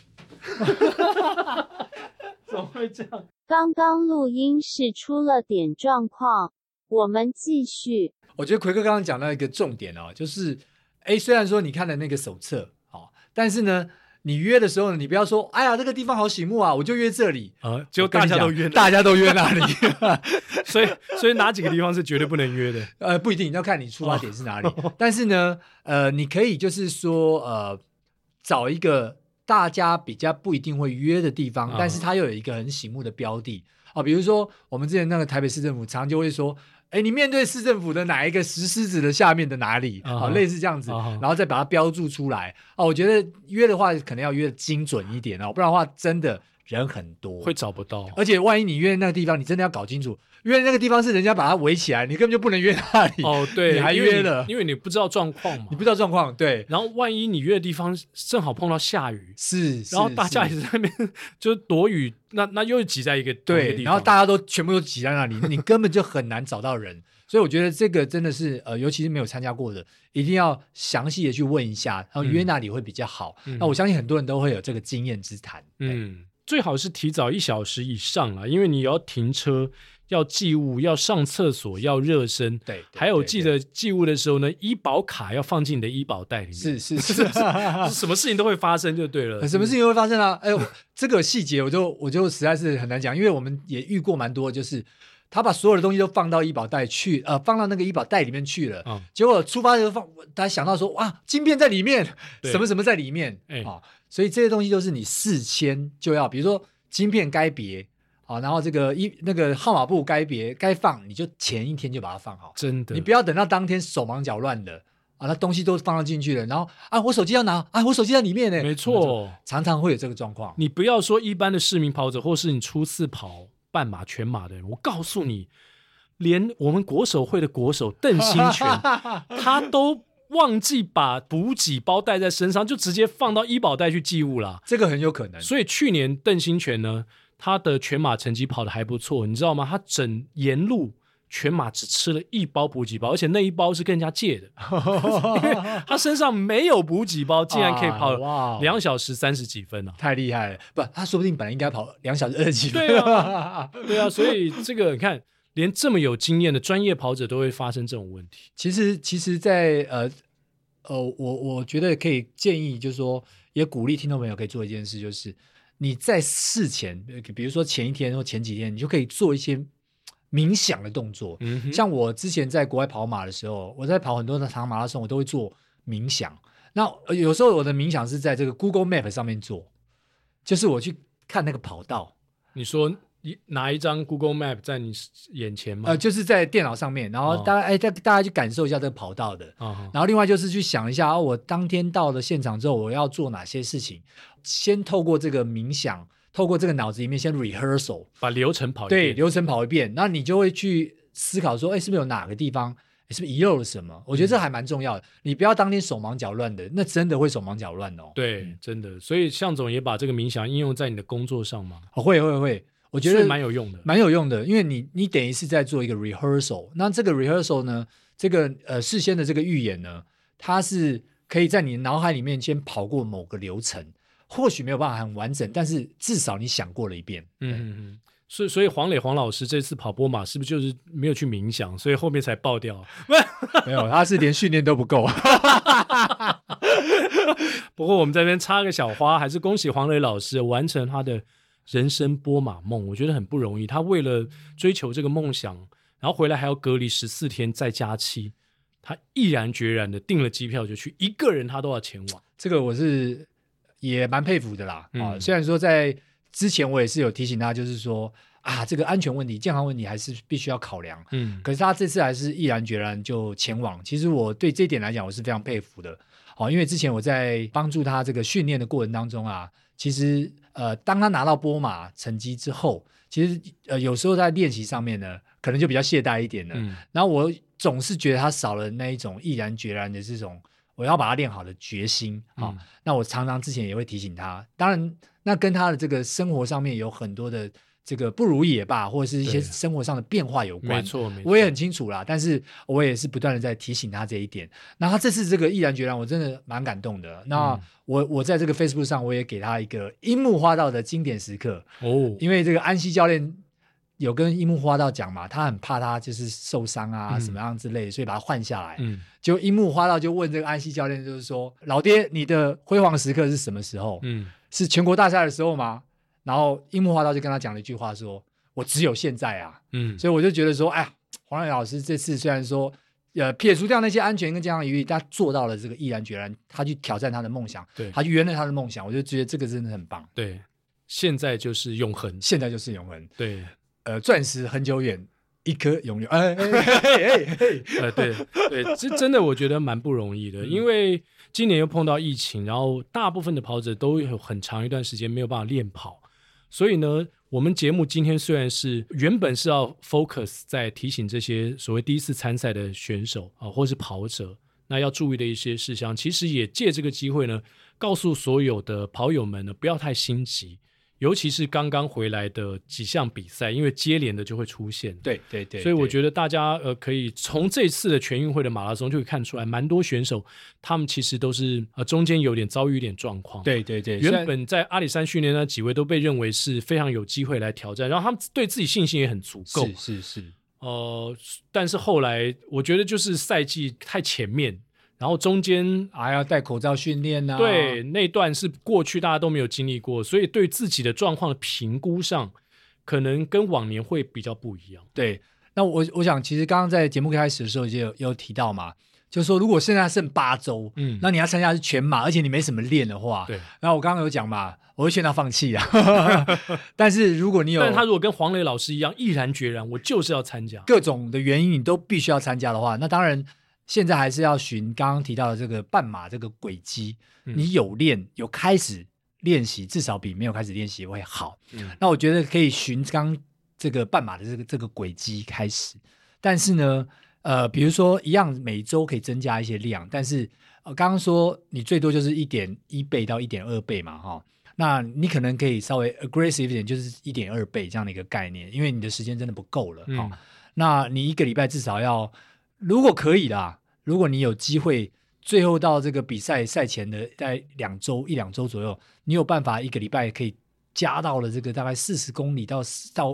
A: 怎么会这样？
C: 刚刚录音室出了点状况，我们继续。
B: 我觉得奎哥刚刚讲到一个重点就是虽然说你看了那个手册但是呢你约的时候呢，你不要说哎呀这个地方好醒目啊，我就约这里
A: 结果大家都约
B: 那里
A: 所以哪几个地方是绝对不能约的？
B: 不一定，要看你出发点是哪里但是呢你可以就是说找一个大家比较不一定会约的地方但是它又有一个很醒目的标的比如说我们之前那个台北市政府常常就会说你面对市政府的哪一个石狮子的下面的哪里类似这样子然后再把它标注出来我觉得约的话可能要约的精准一点不然的话真的人很多
A: 会找不到，
B: 而且万一你约那个地方你真的要搞清楚，约那个地方是人家把它围起来，你根本就不能约那里
A: 对，
B: 你还约了，
A: 因为你不知道状况嘛，
B: 你不知道状况，对，
A: 然后万一你约的地方正好碰到下雨，
B: 是，
A: 然后大家也在那边就是躲雨，那又挤在一个
B: 对，然后大家都全部都挤在那里你根本就很难找到人所以我觉得这个真的是尤其是没有参加过的一定要详细的去问一下然后约那里会比较好那我相信很多人都会有这个经验之谈
A: 最好是提早1小时以上啦，因为你要停车要寄物要上厕所要热身
B: 对
A: 还有记得寄物的时候呢医保卡要放进你的医保袋里面
B: 是
A: 什么事情都会发生就对了
B: 什么事情会发生啊这个细节我就实在是很难讲因为我们也遇过蛮多就是他把所有的东西都放到医保袋去放到那个医保袋里面去了结果出发的时候他想到说哇晶片在里面什么什么在里面所以这些东西都是你事先就要比如说晶片该别然后这个那个号码布该放你就前一天就把它放好
A: 真的
B: 你不要等到当天手忙脚乱的那东西都放进去了然后我手机要拿我手机在里面呢
A: 没错
B: 常常会有这个状况
A: 你不要说一般的市民跑者或是你初次跑半马全马的人我告诉你连我们国手会的国手邓新全他都忘记把补给包带在身上就直接放到医保袋去寄物了
B: 这个很有可能
A: 所以去年邓新全呢他的全马成绩跑得还不错你知道吗他沿路全马只吃了1包补给包而且那一包是跟人家借的因为他身上没有补给包竟然可以跑2小时30几分
B: 太厉害了不他说不定本来应该跑2小时20几分
A: 对啊所以这个你看连这么有经验的专业跑者都会发生这种问题
B: 其实在我觉得可以建议就是说也鼓励听众朋友可以做一件事就是你在事前比如说前一天或前几天你就可以做一些冥想的动作像我之前在国外跑马的时候我在跑很多的长马拉松我都会做冥想那有时候我的冥想是在这个 Google Map 上面做就是我去看那个跑道
A: 你说拿一张 Google Map 在你眼前吗
B: 就是在电脑上面然后大家去感受一下这个跑道的然后另外就是去想一下我当天到了现场之后我要做哪些事情先透过这个冥想透过这个脑子里面先 rehearsal
A: 把流程跑一遍
B: 对流程跑一遍那你就会去思考说是不是有哪个地方是不是遗漏了什么我觉得这还蛮重要的你不要当天手忙脚乱的那真的会手忙脚乱
A: 对真的所以向总也把这个冥想应用在你的工作上吗
B: 会我觉得
A: 蛮有用的
B: 因为你等于是在做一个 rehearsal 那这个 rehearsal 呢这个事先的这个预演呢它是可以在你脑海里面先跑过某个流程或许没有办法很完整但是至少你想过了一遍
A: 所以黄老师这次跑波马是不是就是没有去冥想所以后面才爆掉
B: 没有他是连训练都不够
A: 不过我们在这边插个小花还是恭喜黄磊老师完成他的人生波马梦，我觉得很不容易。他为了追求这个梦想，然后回来还要隔离14天再加期，他毅然决然的订了机票就去，一个人他都要前往。
B: 这个我是也蛮佩服的啦。虽然说在之前我也是有提醒他，就是说这个安全问题、健康问题还是必须要考量。可是他这次还是毅然决然就前往。其实我对这一点来讲，我是非常佩服的。因为之前我在帮助他这个训练的过程当中其实当他拿到波马成绩之后，其实有时候在练习上面呢，可能就比较懈怠一点了。然后我总是觉得他少了那一种毅然决然的这种我要把它练好的决心。那我常常之前也会提醒他，当然那跟他的这个生活上面有很多的这个不如意也罢，或者是一些生活上的变化有关。
A: 没错，
B: 我也很清楚啦，但是我也是不断的在提醒他这一点。那他这次这个毅然决然，我真的蛮感动的。那我在这个 Facebook 上，我也给他一个樱木花道的经典时刻。因为这个安西教练有跟樱木花道讲嘛，他很怕他就是受伤什么样之类的，所以把他换下来。就樱木花道就问这个安西教练，就是说老爹，你的辉煌时刻是什么时候？是全国大赛的时候吗？然后樱木花道就跟他讲了一句话说，我只有现在所以我就觉得说，黄磊老师这次虽然说撇除掉那些安全跟健康疑虑，他做到了这个毅然决然，他去挑战他的梦想，他去圆了他的梦想，我就觉得这个真的很棒。
A: 对，现在就是永恒，
B: 现在就是永恒。
A: 对，
B: 钻石很久远，一颗永远。
A: 对，这真的我觉得蛮不容易的，因为今年又碰到疫情，然后大部分的跑者都有很长一段时间没有办法练跑，所以呢，我们节目今天虽然是原本是要 focus 在提醒这些所谓第一次参赛的选手或是跑者，那要注意的一些事项，其实也借这个机会呢，告诉所有的跑友们呢，不要太心急。尤其是刚刚回来的几项比赛，因为接连的就会出现。
B: 对，
A: 所以我觉得大家可以从这次的全运会的马拉松就可以看出来，蛮多选手他们其实都是中间有点遭遇一点状况。
B: 对，
A: 原本在阿里山训练那几位都被认为是非常有机会来挑战，然后他们对自己信心也很足够。
B: 是。
A: 但是后来我觉得就是赛季太前面。然后中间
B: 还要戴口罩训练
A: 对，那段是过去大家都没有经历过，所以对自己的状况的评估上可能跟往年会比较不一样。
B: 对，那我想其实刚刚在节目开始的时候就有提到嘛，就是说如果现在剩8周，那你要参加是全马，而且你没什么练的话，
A: 对，
B: 然后我刚刚有讲嘛，我会劝他放弃但是如果你有，
A: 但他如果跟黄磊老师一样毅然决然，我就是要参加，
B: 各种的原因你都必须要参加的话，那当然现在还是要循刚刚提到的这个半马这个轨迹，你有练有开始练习，至少比没有开始练习会好。那我觉得可以循刚这个半马的这个轨迹开始，但是呢比如说一样每周可以增加一些量，但是刚刚说你最多就是 1.1 倍到 1.2 倍嘛那你可能可以稍微 aggressive 一点，就是 1.2 倍这样的一个概念，因为你的时间真的不够了那你一个礼拜至少要，如果可以啦，如果你有机会最后到这个比赛赛前的大概1-2周左右，你有办法一个礼拜可以加到了这个大概40公里到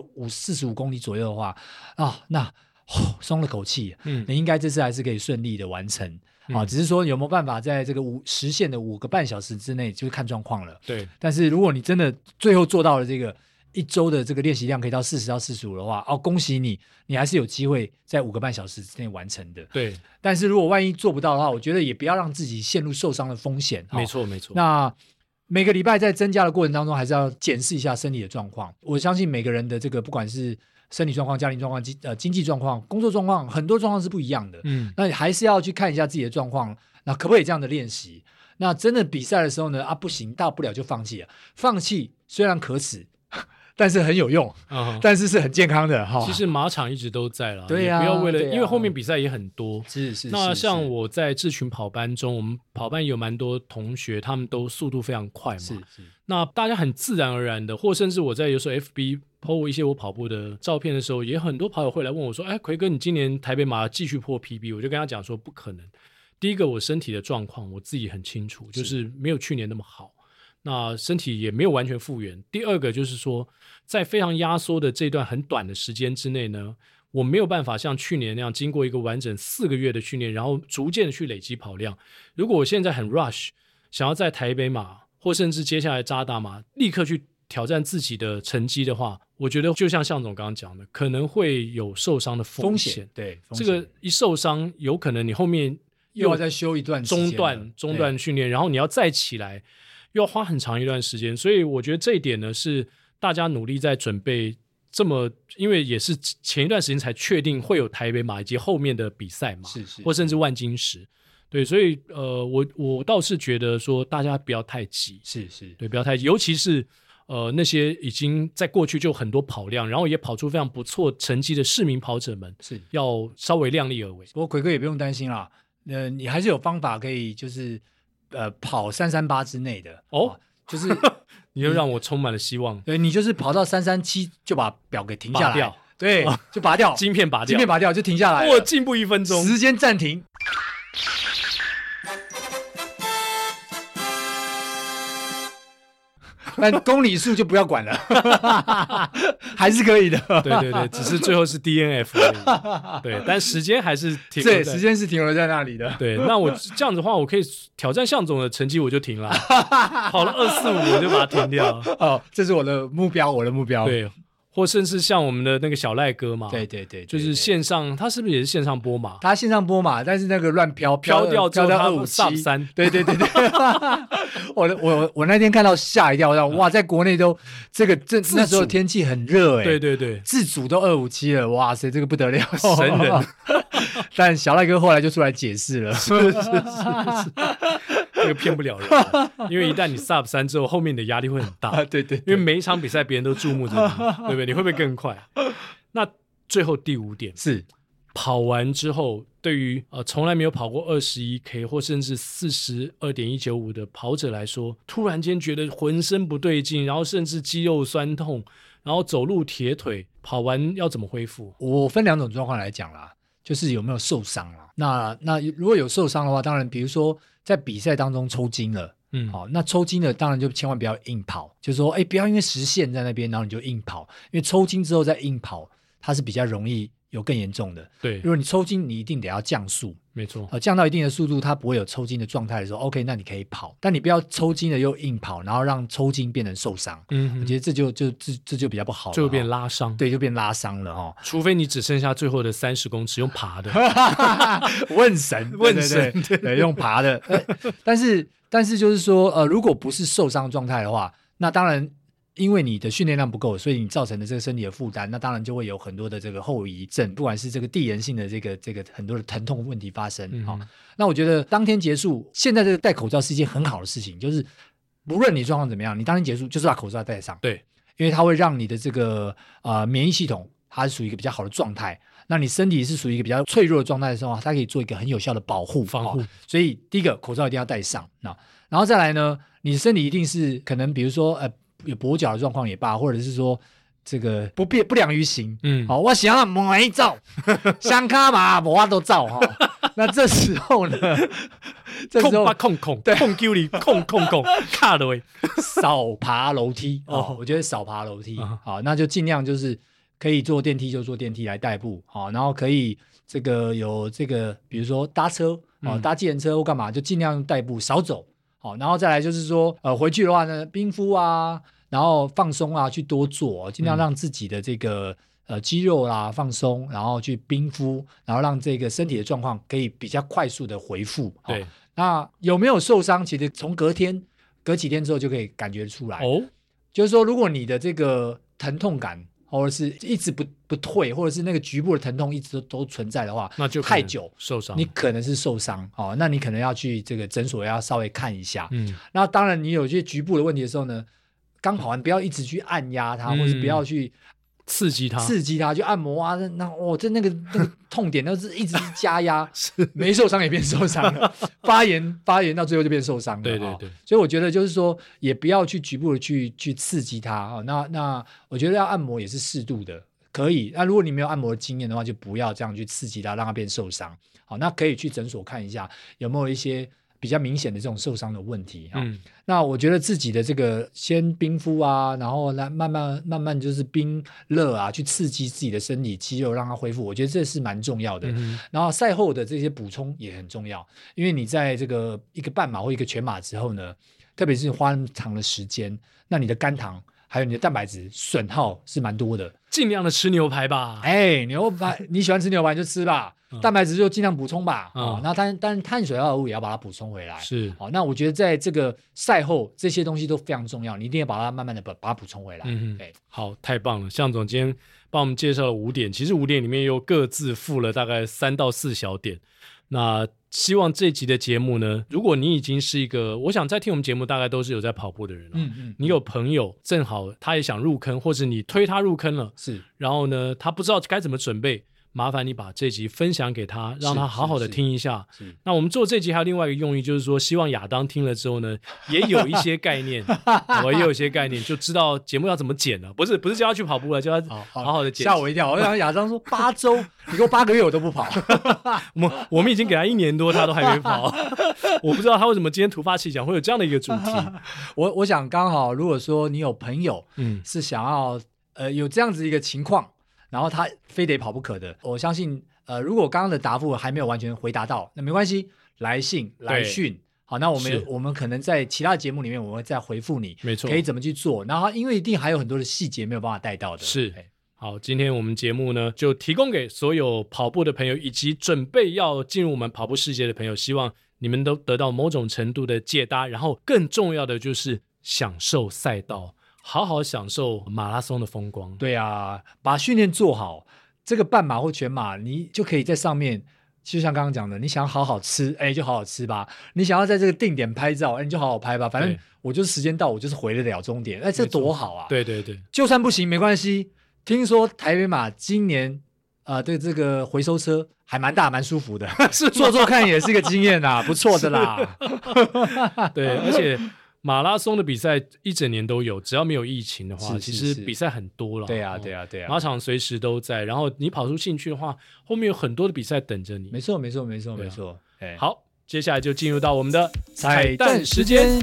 B: 45公里左右的话那松了口气你应该这次还是可以顺利的完成只是说有没有办法在这个实现的5个半小时之内，就是看状况了。
A: 对，
B: 但是如果你真的最后做到了这个1周的这个练习量可以到40到45的话恭喜你，你还是有机会在5个半小时之内完成的。
A: 对，
B: 但是如果万一做不到的话，我觉得也不要让自己陷入受伤的风险。
A: 没错。
B: 那每个礼拜在增加的过程当中，还是要检视一下身体的状况。我相信每个人的这个不管是身体状况、家庭状况、经济状况、工作状况，很多状况是不一样的。那你还是要去看一下自己的状况，那可不可以这样的练习？那真的比赛的时候呢不行，大不了就放弃了。放弃虽然可耻，但是很有用但是很健康的
A: 其实马场一直都在了，
B: 对
A: 不要为了因为后面比赛也很多。
B: 是
A: 那像我在智群跑班中，我们跑班有蛮多同学，他们都速度非常快嘛。
B: 是
A: 那大家很自然而然的，或甚至我在有时候 FB po 一些我跑步的照片的时候，也很多跑友会来问我说奎哥，你今年台北马继续破 PB？ 我就跟他讲说不可能。第一个，我身体的状况我自己很清楚，就是没有去年那么好，那身体也没有完全复原。第二个就是说，在非常压缩的这段很短的时间之内呢，我没有办法像去年那样经过一个完整4个月的训练，然后逐渐的去累积跑量。如果我现在很 rush， 想要在台北马或甚至接下来扎达马立刻去挑战自己的成绩的话，我觉得就像向总刚刚讲的，可能会有受伤的风险。
B: 对，
A: 这个一受伤，有可能你后面
B: 又要再休一段时间
A: 中断训练，然后你要再起来，又要花很长一段时间。所以我觉得这一点呢，是大家努力在准备这么，因为也是前一段时间才确定会有台北马以及后面的比赛嘛，
B: 是
A: 或甚至万金石。对，所以我倒是觉得说大家不要太急，
B: 是
A: 对，不要太急，尤其是那些已经在过去就很多跑量，然后也跑出非常不错成绩的市民跑者们，
B: 是
A: 要稍微量力而为。
B: 不过魁哥也不用担心啦，你还是有方法可以就是跑338之内的
A: 哦，
B: 就是
A: 你就让我充满了希望。
B: 对，你就是跑到337就把表给停下来，
A: 拔掉，
B: 对，就拔掉
A: 晶片拔掉
B: 就停下来了，
A: 我进步1分钟，
B: 时间暂停。但公里数就不要管了，还是可以的。
A: 对对对，只是最后是 DNF 而已。对，但时间还是停留在，
B: 对，时间是停留在那里的。
A: 对，那我这样子的话，我可以挑战向总的成绩，我就停了，跑了245我就把它停掉。
B: 哦，这是我的目标，
A: 对。或甚至像我们的那个小赖哥嘛，
B: 对，
A: 就是线上，他是不是也是线上播嘛？
B: 他线上播嘛，但是那个乱飘
A: 掉之后
B: 到
A: 257
B: 3，对。我那天看到吓一跳，哇，在国内都那时候天气很热
A: 对，
B: 自主都257了，哇塞，这个不得了，
A: 神人。
B: 但小赖哥后来就出来解释了，
A: 是。这个骗不了人，因为一旦你 sub 3之后，后面你的压力会很大。
B: 对，
A: 因为每一场比赛别人都注目着你，对不对？你会不会更快？那最后第5点
B: 是
A: 跑完之后，对于从来没有跑过21K 或甚至42.195的跑者来说，突然间觉得浑身不对劲，然后甚至肌肉酸痛，然后走路铁腿，跑完要怎么恢复？
B: 我分2种状况来讲啦，就是有没有受伤啦。那如果有受伤的话，当然比如说在比赛当中抽筋了，好，那抽筋了当然就千万不要硬跑，就是说不要因为时限在那边然后你就硬跑，因为抽筋之后再硬跑它是比较容易有更严重的。
A: 对，
B: 如果你抽筋你一定得要降速，
A: 没错，
B: 降到一定的速度它不会有抽筋的状态的时候 OK， 那你可以跑，但你不要抽筋了又硬跑，然后让抽筋变成受伤。我觉得这就比较不好了，
A: 就变拉伤。
B: 对，就变拉伤了
A: 除非你只剩下最后的30公尺用爬的
B: 问神对，用爬的但是就是说如果不是受伤状态的话，那当然因为你的训练量不够，所以你造成的这个身体的负担，那当然就会有很多的这个后遗症，不管是这个递延性的这个很多的疼痛问题发生。那我觉得当天结束，现在这个戴口罩是一件很好的事情，就是不论你状况怎么样，你当天结束就是把口罩戴上。
A: 对，
B: 因为它会让你的这个免疫系统它是属于一个比较好的状态，那你身体是属于一个比较脆弱的状态的时候，它可以做一个很有效的防护。所以第一个口罩一定要戴上，然后再来呢，你身体一定是可能比如说有跛脚的状况也罢，或者是说这个不良于行，我想要没照香卡嘛我都照那这时候呢，
A: 控丢你控卡的位
B: 少爬楼梯我觉得少爬楼梯好，那就尽量就是可以坐电梯就坐电梯来代步然后可以这个有这个比如说搭车搭计程车或干嘛就尽量代步少走好，然后再来就是说回去的话呢，冰敷啊，然后放松啊，去多做，尽量让自己的这个肌肉啦放松，然后去冰敷，然后让这个身体的状况可以比较快速的恢复。
A: 对，
B: 那有没有受伤？其实从隔几天之后就可以感觉出来。就是说，如果你的这个疼痛感或者是一直不退，或者是那个局部的疼痛一直都存在的话，
A: 那就
B: 太久
A: 受伤，
B: 你可能是受伤那你可能要去这个诊所要稍微看一下。那当然你有些局部的问题的时候呢，刚跑完不要一直去按压它，或是不要去刺激它去按摩啊，那个痛点都是一直加压没受伤也变受伤了发炎到最后就变受伤了。
A: 对，
B: 所以我觉得就是说也不要去局部的去刺激它那我觉得要按摩也是适度的可以，那如果你没有按摩的经验的话就不要这样去刺激它让它变受伤。好，那可以去诊所看一下有没有一些比较明显的这种受伤的问题那我觉得自己的这个先冰敷啊，然后来慢慢就是冰热啊，去刺激自己的身体肌肉让它恢复，我觉得这是蛮重要的。然后赛后的这些补充也很重要，因为你在这个一个半马或一个全马之后呢，特别是花长的时间，那你的肝糖还有你的蛋白质损耗是蛮多的。
A: 尽量的吃牛排吧。
B: 牛排你喜欢吃牛排就吃吧，蛋白质就尽量补充吧。那但碳水化合物也要把它补充回来。
A: 是，
B: 那我觉得在这个赛后这些东西都非常重要，你一定要把它慢慢的把它补充回来。
A: 好，太棒了，向总今天帮我们介绍了5点，其实5点里面又各自附了大概3到4小点。那希望这集的节目呢，如果你已经是一个，我想在听我们节目大概都是有在跑步的人了，你有朋友正好他也想入坑，或者你推他入坑了，
B: 是，
A: 然后呢他不知道该怎么准备，麻烦你把这集分享给他，让他好好的听一下。那我们做这集还有另外一个用意，就是说希望亚当听了之后呢，也有一些概念，也有一些概念，就知道节目要怎么剪了。不是叫他去跑步了，叫他好好的剪。
B: 吓我一跳，我想亚当说8周，你给我8个月我都不跑。
A: 我们已经给他1年多，他都还没跑。我不知道他为什么今天突发奇想会有这样的一个主题。
B: 我想刚好，如果说你有朋友是想要有这样子一个情况，然后他非得跑不可的，我相信如果刚刚的答复还没有完全回答到，那没关系，来信来讯，好，那我们可能在其他节目里面我会再回复你，
A: 没错，
B: 可以怎么去做，然后因为一定还有很多的细节没有办法带到的。
A: 是，好，今天我们节目呢就提供给所有跑步的朋友以及准备要进入我们跑步世界的朋友，希望你们都得到某种程度的解答，然后更重要的就是享受赛道，好好享受马拉松的风光。
B: 对啊，把训练做好，这个半马或全马你就可以在上面，就像刚刚讲的，你想好好吃就好好吃吧，你想要在这个定点拍照你就好好拍吧，反正我就是时间到我就是回得了终点，这多好啊。
A: 对对对，
B: 就算不行没关系，听说台北马今年对这个回收车还蛮大蛮舒服的，做做看也是一个经验啊，不错的啦。
A: 对，而且马拉松的比赛一整年都有，只要没有疫情的话，其实比赛很多了。
B: 对啊。
A: 马场随时都在，然后你跑出兴趣的话，后面有很多的比赛等着你。
B: 没错。
A: 好，接下来就进入到我们的
B: 彩蛋时间。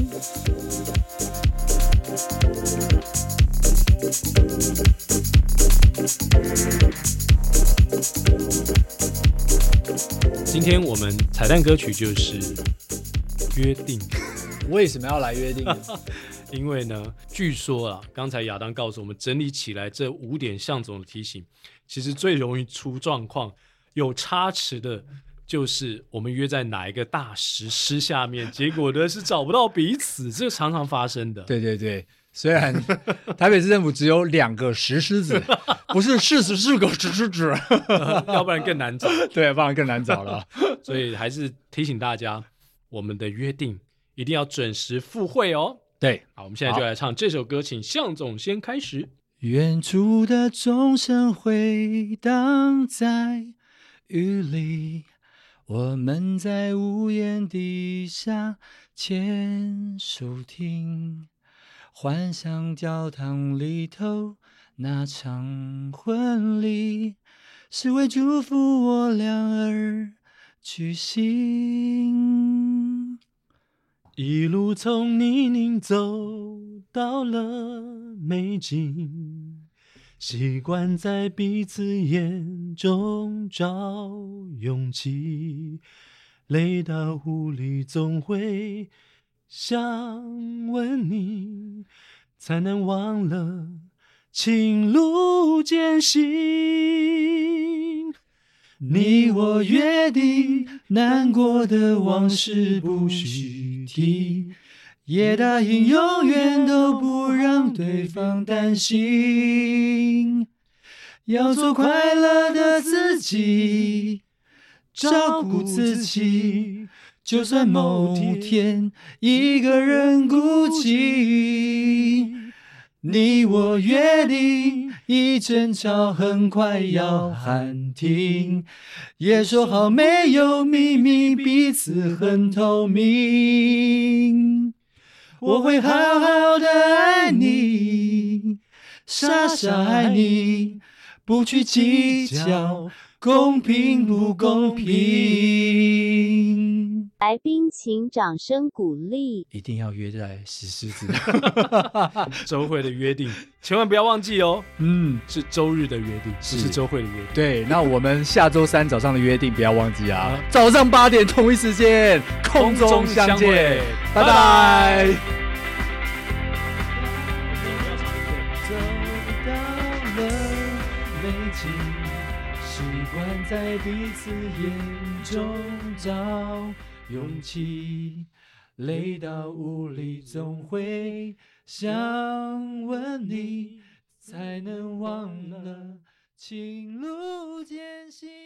A: 今天我们彩蛋歌曲就是约定。
B: 为什么要来约定呢？
A: 因为呢，据说啊，刚才亚当告诉我们整理起来这5点向总的提醒，其实最容易出状况、有差池的，就是我们约在哪一个大石狮下面，结果呢是找不到彼此，这个常常发生的。
B: 对，虽然台北市政府只有2个石狮子，不是44个石狮子，
A: 要不然更难找。
B: 对，不然更难找了。
A: 所以还是提醒大家，我们的约定一定要准时赴会哦。
B: 对，
A: 好，我们现在就来唱这首歌，请向总先开始。
B: 远处的钟声回荡在雨里，我们在屋檐底下牵手听，幻想教堂里头那场婚礼，是为祝福我俩而举行。
A: 一路从泥泞走到了美景，习惯在彼此眼中找勇气，累到无力总会想问你，才能忘了情路艰辛。
B: 你我约定，难过的往事不许提，也答应永远都不让对方担心，要做快乐的自己，照顾自己，就算某天一个人孤寂。你我约定，一争吵很快要喊停，也说好没有秘密，彼此很透明。我会好好的爱你，傻傻爱你，不去计较公平不公平。
C: 来宾请掌声鼓励。
B: 一定要约在石狮子
A: 周会的约定千万不要忘记哦。是周日的约定，不是周会的约定。
B: 对，那我们下周3早上的约定不要忘记啊，早上8点同一时间空中相见，拜拜。 关在彼此眼中找勇气，累到无力总会想问你，才能忘了情路艰辛。